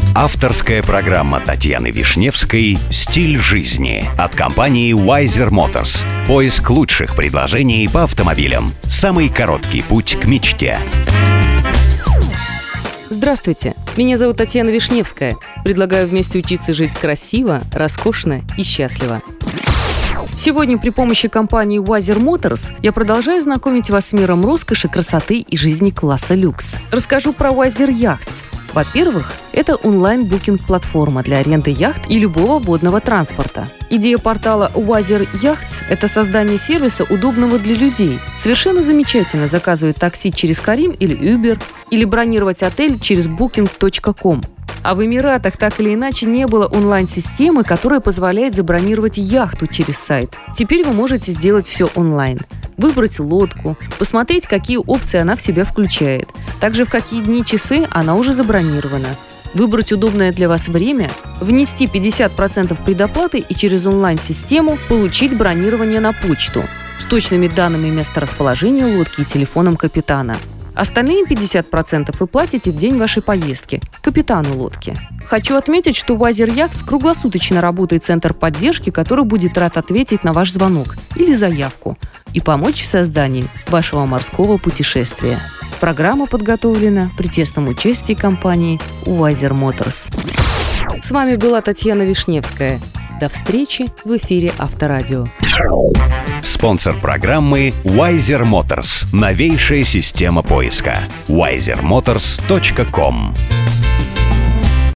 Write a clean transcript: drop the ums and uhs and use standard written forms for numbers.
Авторская программа Татьяны Вишневской «Стиль жизни» от компании Wiser Motors. Поиск лучших предложений по автомобилям. Самый короткий путь к мечте. Здравствуйте, меня зовут Татьяна Вишневская. Предлагаю вместе учиться жить красиво, роскошно и счастливо. Сегодня при помощи компании Wiser Motors я продолжаю знакомить вас с миром роскоши, красоты и жизни класса люкс. Расскажу про Wiser Yachts. Во-первых, это онлайн-букинг-платформа для аренды яхт и любого водного транспорта. Идея портала Wiser Yachts – это создание сервиса, удобного для людей. Совершенно замечательно заказывать такси через Careem или Uber, или бронировать отель через booking.com. А в Эмиратах так или иначе не было онлайн-системы, которая позволяет забронировать яхту через сайт. Теперь вы можете сделать все онлайн. Выбрать лодку, посмотреть, какие опции она в себя включает, также в какие дни и часы она уже забронирована. Выбрать удобное для вас время, внести 50% предоплаты и через онлайн-систему получить бронирование на почту с точными данными месторасположения лодки и телефоном капитана. Остальные 50% вы платите в день вашей поездки капитану лодки. Хочу отметить, что в Wiser Yachts круглосуточно работает центр поддержки, который будет рад ответить на ваш звонок или заявку и помочь в создании вашего морского путешествия. Программа подготовлена при тесном участии компании Wiser Motors. С вами была Татьяна Вишневская. До встречи в эфире Авторадио. Спонсор программы Wiser Motors. Новейшая система поиска. wisermotors.com